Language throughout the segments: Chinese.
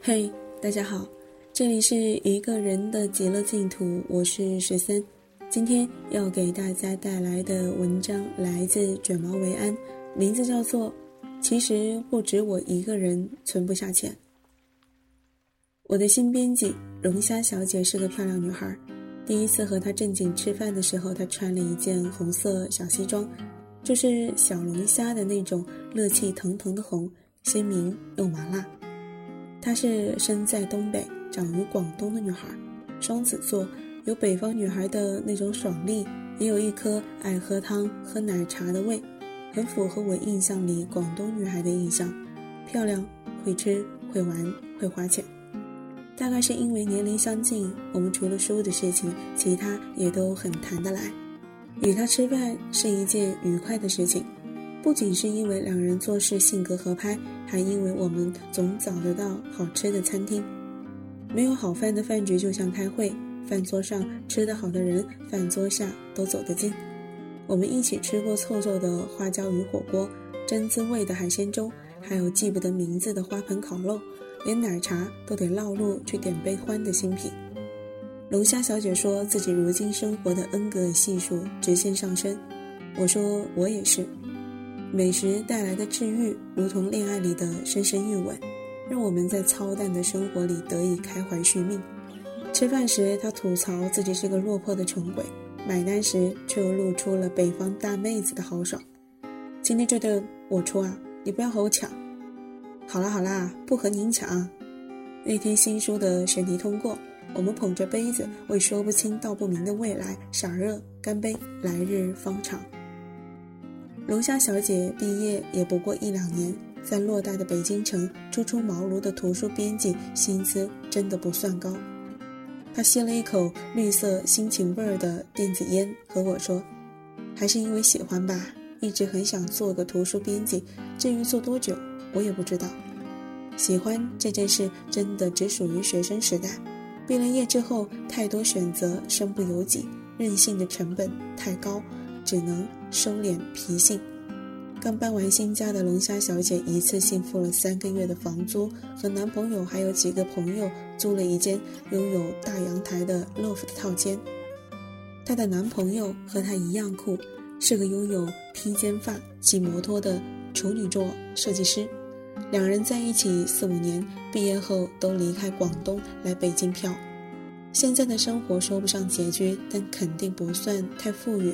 嘿，大家好，这里是一个人的极乐净土，我是13。今天要给大家带来的文章来自卷毛维安，名字叫做其实不止我一个人存不下钱。我的新编辑龙虾小姐是个漂亮女孩，第一次和她正经吃饭的时候，她穿了一件红色小西装，就是小龙虾的那种热气腾腾的红，鲜明又麻辣。她是生在东北长于广东的女孩，双子座，有北方女孩的那种爽利，也有一颗爱喝汤喝奶茶的胃，很符合我印象里广东女孩的印象，漂亮，会吃会玩会花钱。大概是因为年龄相近，我们除了书的事情其他也都很谈得来，与她吃饭是一件愉快的事情，不仅是因为两人做事性格合拍，还因为我们总找得到好吃的餐厅。没有好饭的饭局就像开会，饭桌上吃得好的人，饭桌下都走得近。我们一起吃过臭臭的花椒鱼火锅，真滋味的海鲜粥，还有记不得名字的花盆烤肉，连奶茶都得绕路去点杯欢的新品。龙虾小姐说自己如今生活的恩格尔系数直线上升，我说我也是。美食带来的治愈如同恋爱里的深深欲吻，让我们在操蛋的生活里得以开怀续命。吃饭时她吐槽自己是个落魄的穷鬼，买单时却又露出了北方大妹子的豪爽。今天这顿我出啊，你不要和我抢。好啦好啦，不和您抢。那天新书的选题通过，我们捧着杯子为说不清道不明的未来傻热干杯，来日方长。龙虾小姐毕业也不过1-2年，在偌大的北京城初出茅庐的图书编辑，薪资真的不算高。她吸了一口绿色心情味儿的电子烟，和我说，还是因为喜欢吧，一直很想做个图书编辑，至于做多久我也不知道。喜欢这件事真的只属于学生时代，毕了业之后太多选择，身不由己，任性的成本太高，只能收敛脾性。刚搬完新家的龙虾小姐一次性付了3个月的房租，和男朋友还有几个朋友租了一间拥有大阳台的 loft 套间。她的男朋友和她一样酷，是个拥有披肩发骑摩托的处女座设计师。两人在一起4-5年，毕业后都离开广东来北京漂。现在的生活说不上拮据，但肯定不算太富裕。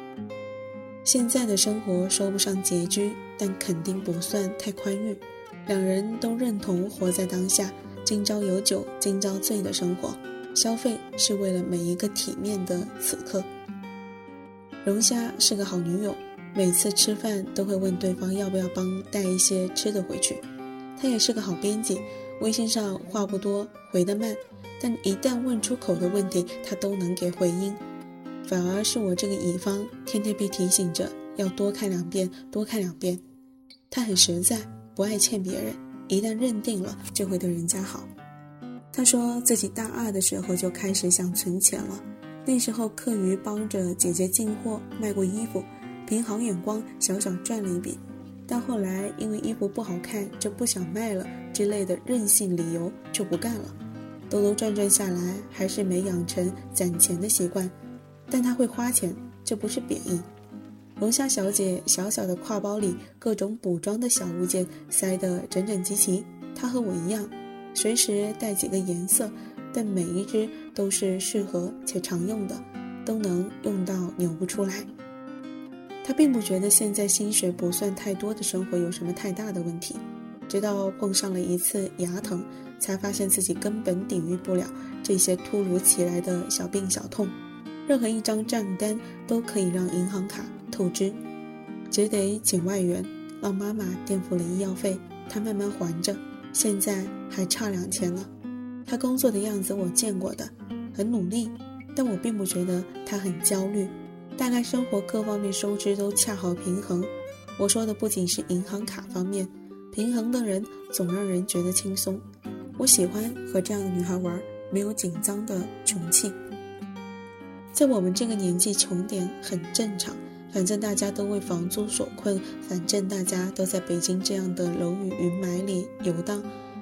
宽裕。两人都认同活在当下，今朝有酒今朝醉的生活，消费是为了每一个体面的此刻。龙虾是个好女友，每次吃饭都会问对方要不要帮带一些吃的回去。她也是个好编辑，微信上话不多，回得慢，但一旦问出口的问题她都能给回音。反而是我这个乙方天天被提醒着要多看2遍多看2遍。他很实在，不爱欠别人，一旦认定了就会对人家好。他说自己大2的时候就开始想存钱了，那时候课余帮着姐姐进货，卖过衣服，凭好眼光小小赚了一笔，但后来因为衣服不好看就不想卖了之类的任性理由就不干了。兜兜转转下来还是没养成攒钱的习惯，但他会花钱，这不是贬义。龙虾小姐小小的挎包里各种补妆的小物件塞得整整齐齐，她和我一样，随时带几个颜色，但每一支都是适合且常用的，都能用到扭不出来。她并不觉得现在薪水不算太多的生活有什么太大的问题，直到碰上了一次牙疼，才发现自己根本抵御不了这些突如其来的小病小痛。任何一张账单都可以让银行卡透支，只得请外援，让妈妈垫付了医药费，她慢慢还着，现在还差2000了。她工作的样子我见过的，很努力，但我并不觉得她很焦虑，大概生活各方面收支都恰好平衡。我说的不仅是银行卡方面，平衡的人总让人觉得轻松。我喜欢和这样的女孩玩，没有紧张的穷气。在我们这个年纪，穷点很正常，反正大家都为房租所困，反正大家都在北京这样的楼宇云霾里游荡，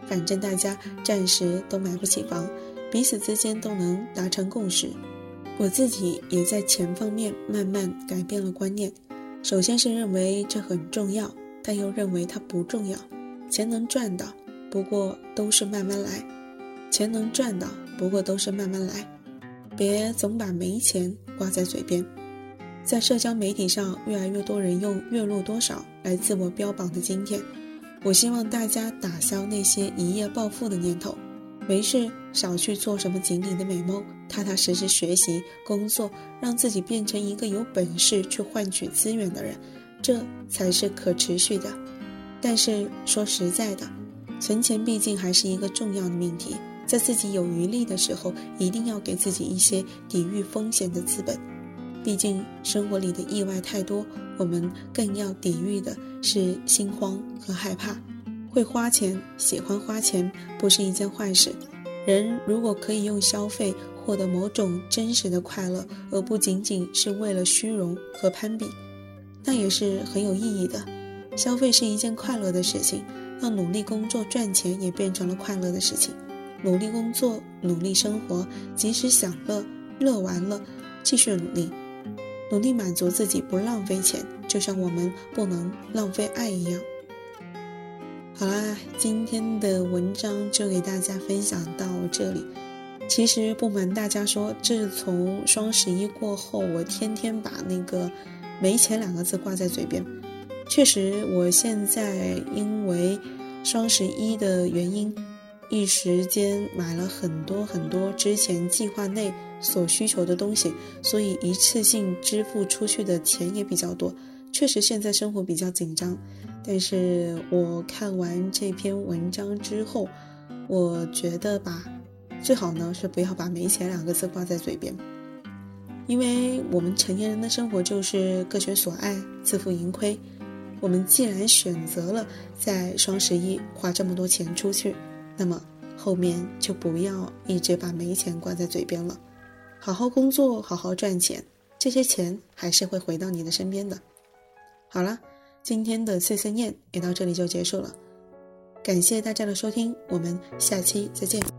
反正大家暂时都买不起房，彼此之间都能达成共识。我自己也在钱方面慢慢改变了观念，首先是认为这很重要，但又认为它不重要。钱能赚到，不过都是慢慢来。钱能赚到，不过都是慢慢来。别总把没钱挂在嘴边。在社交媒体上，越来越多人用月入多少来自我标榜的今天，我希望大家打消那些一夜暴富的念头。没事少去做什么锦鲤的美梦，踏踏实实学习工作，让自己变成一个有本事去换取资源的人，这才是可持续的。但是说实在的，存钱毕竟还是一个重要的命题，在自己有余力的时候，一定要给自己一些抵御风险的资本。毕竟生活里的意外太多，我们更要抵御的是心慌和害怕。会花钱，喜欢花钱不是一件坏事。人如果可以用消费获得某种真实的快乐，而不仅仅是为了虚荣和攀比，那也是很有意义的。消费是一件快乐的事情，让努力工作赚钱也变成了快乐的事情。努力工作，努力生活，即使享乐，乐完了继续努力，努力满足自己，不浪费钱，就像我们不能浪费爱一样。好啦，今天的文章就给大家分享到这里。其实不瞒大家说，自从双11过后，我天天把那个没钱2个字挂在嘴边。确实我现在因为双11的原因，一时间买了很多之前计划内所需求的东西，所以一次性支付出去的钱也比较多。确实现在生活比较紧张，但是我看完这篇文章之后，我觉得最好呢是不要把没钱2个字挂在嘴边。因为我们成年人的生活就是各取所爱，自负盈亏。我们既然选择了在双11花这么多钱出去，那么后面就不要一直把没钱挂在嘴边了。好好工作，好好赚钱，这些钱还是会回到你的身边的。好了，今天的碎碎念也到这里就结束了，感谢大家的收听，我们下期再见。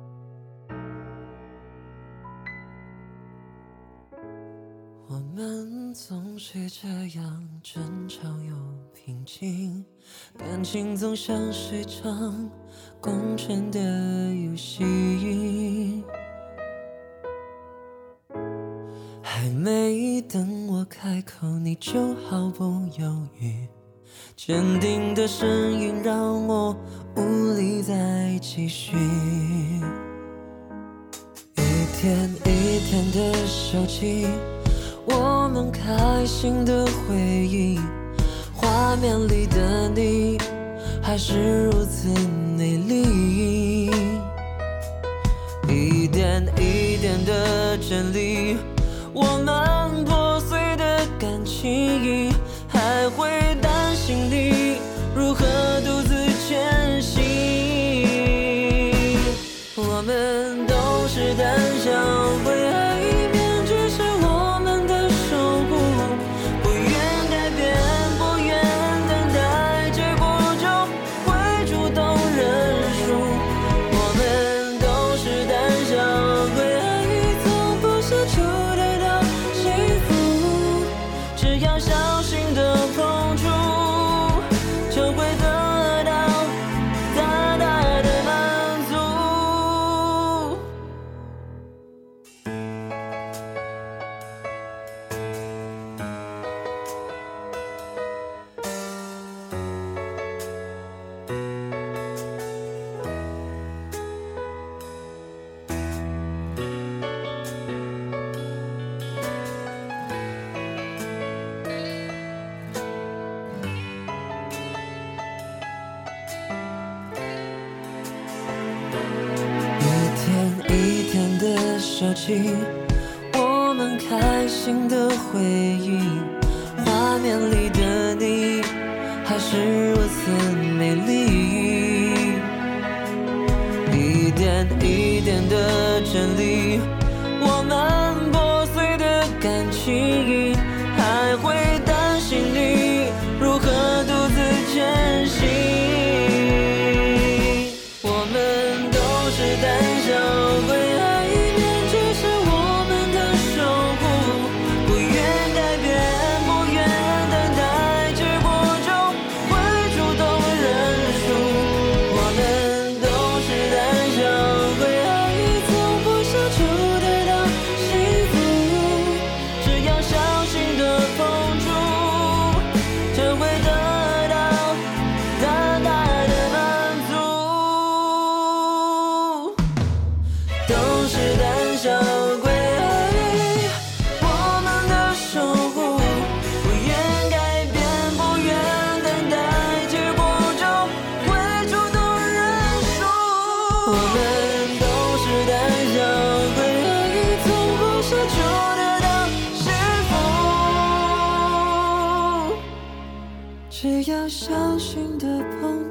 我们总是这样争吵又平静，感情总像是场共存的游戏。还没等我开口，你就毫不犹豫，坚定的声音让我无力再继续。一天一天的收集我们开心的回忆，画面里的你还是如此美丽。一点一点的整理我们破碎的感情，还会担心你如何独自前行。我们都是胆小会爱面具是我们的守护，不愿改变，不愿等待，结果就会主动认输。我们都是胆小会爱，从不奢求得到幸福，只要小心的碰触，就会得到大大的满足。一天的收集我们开心的回忆，画面里的你还是如此美丽。一点一点的整理我们破碎的感情，还会担心你如何独自前行。我们只要相信的朋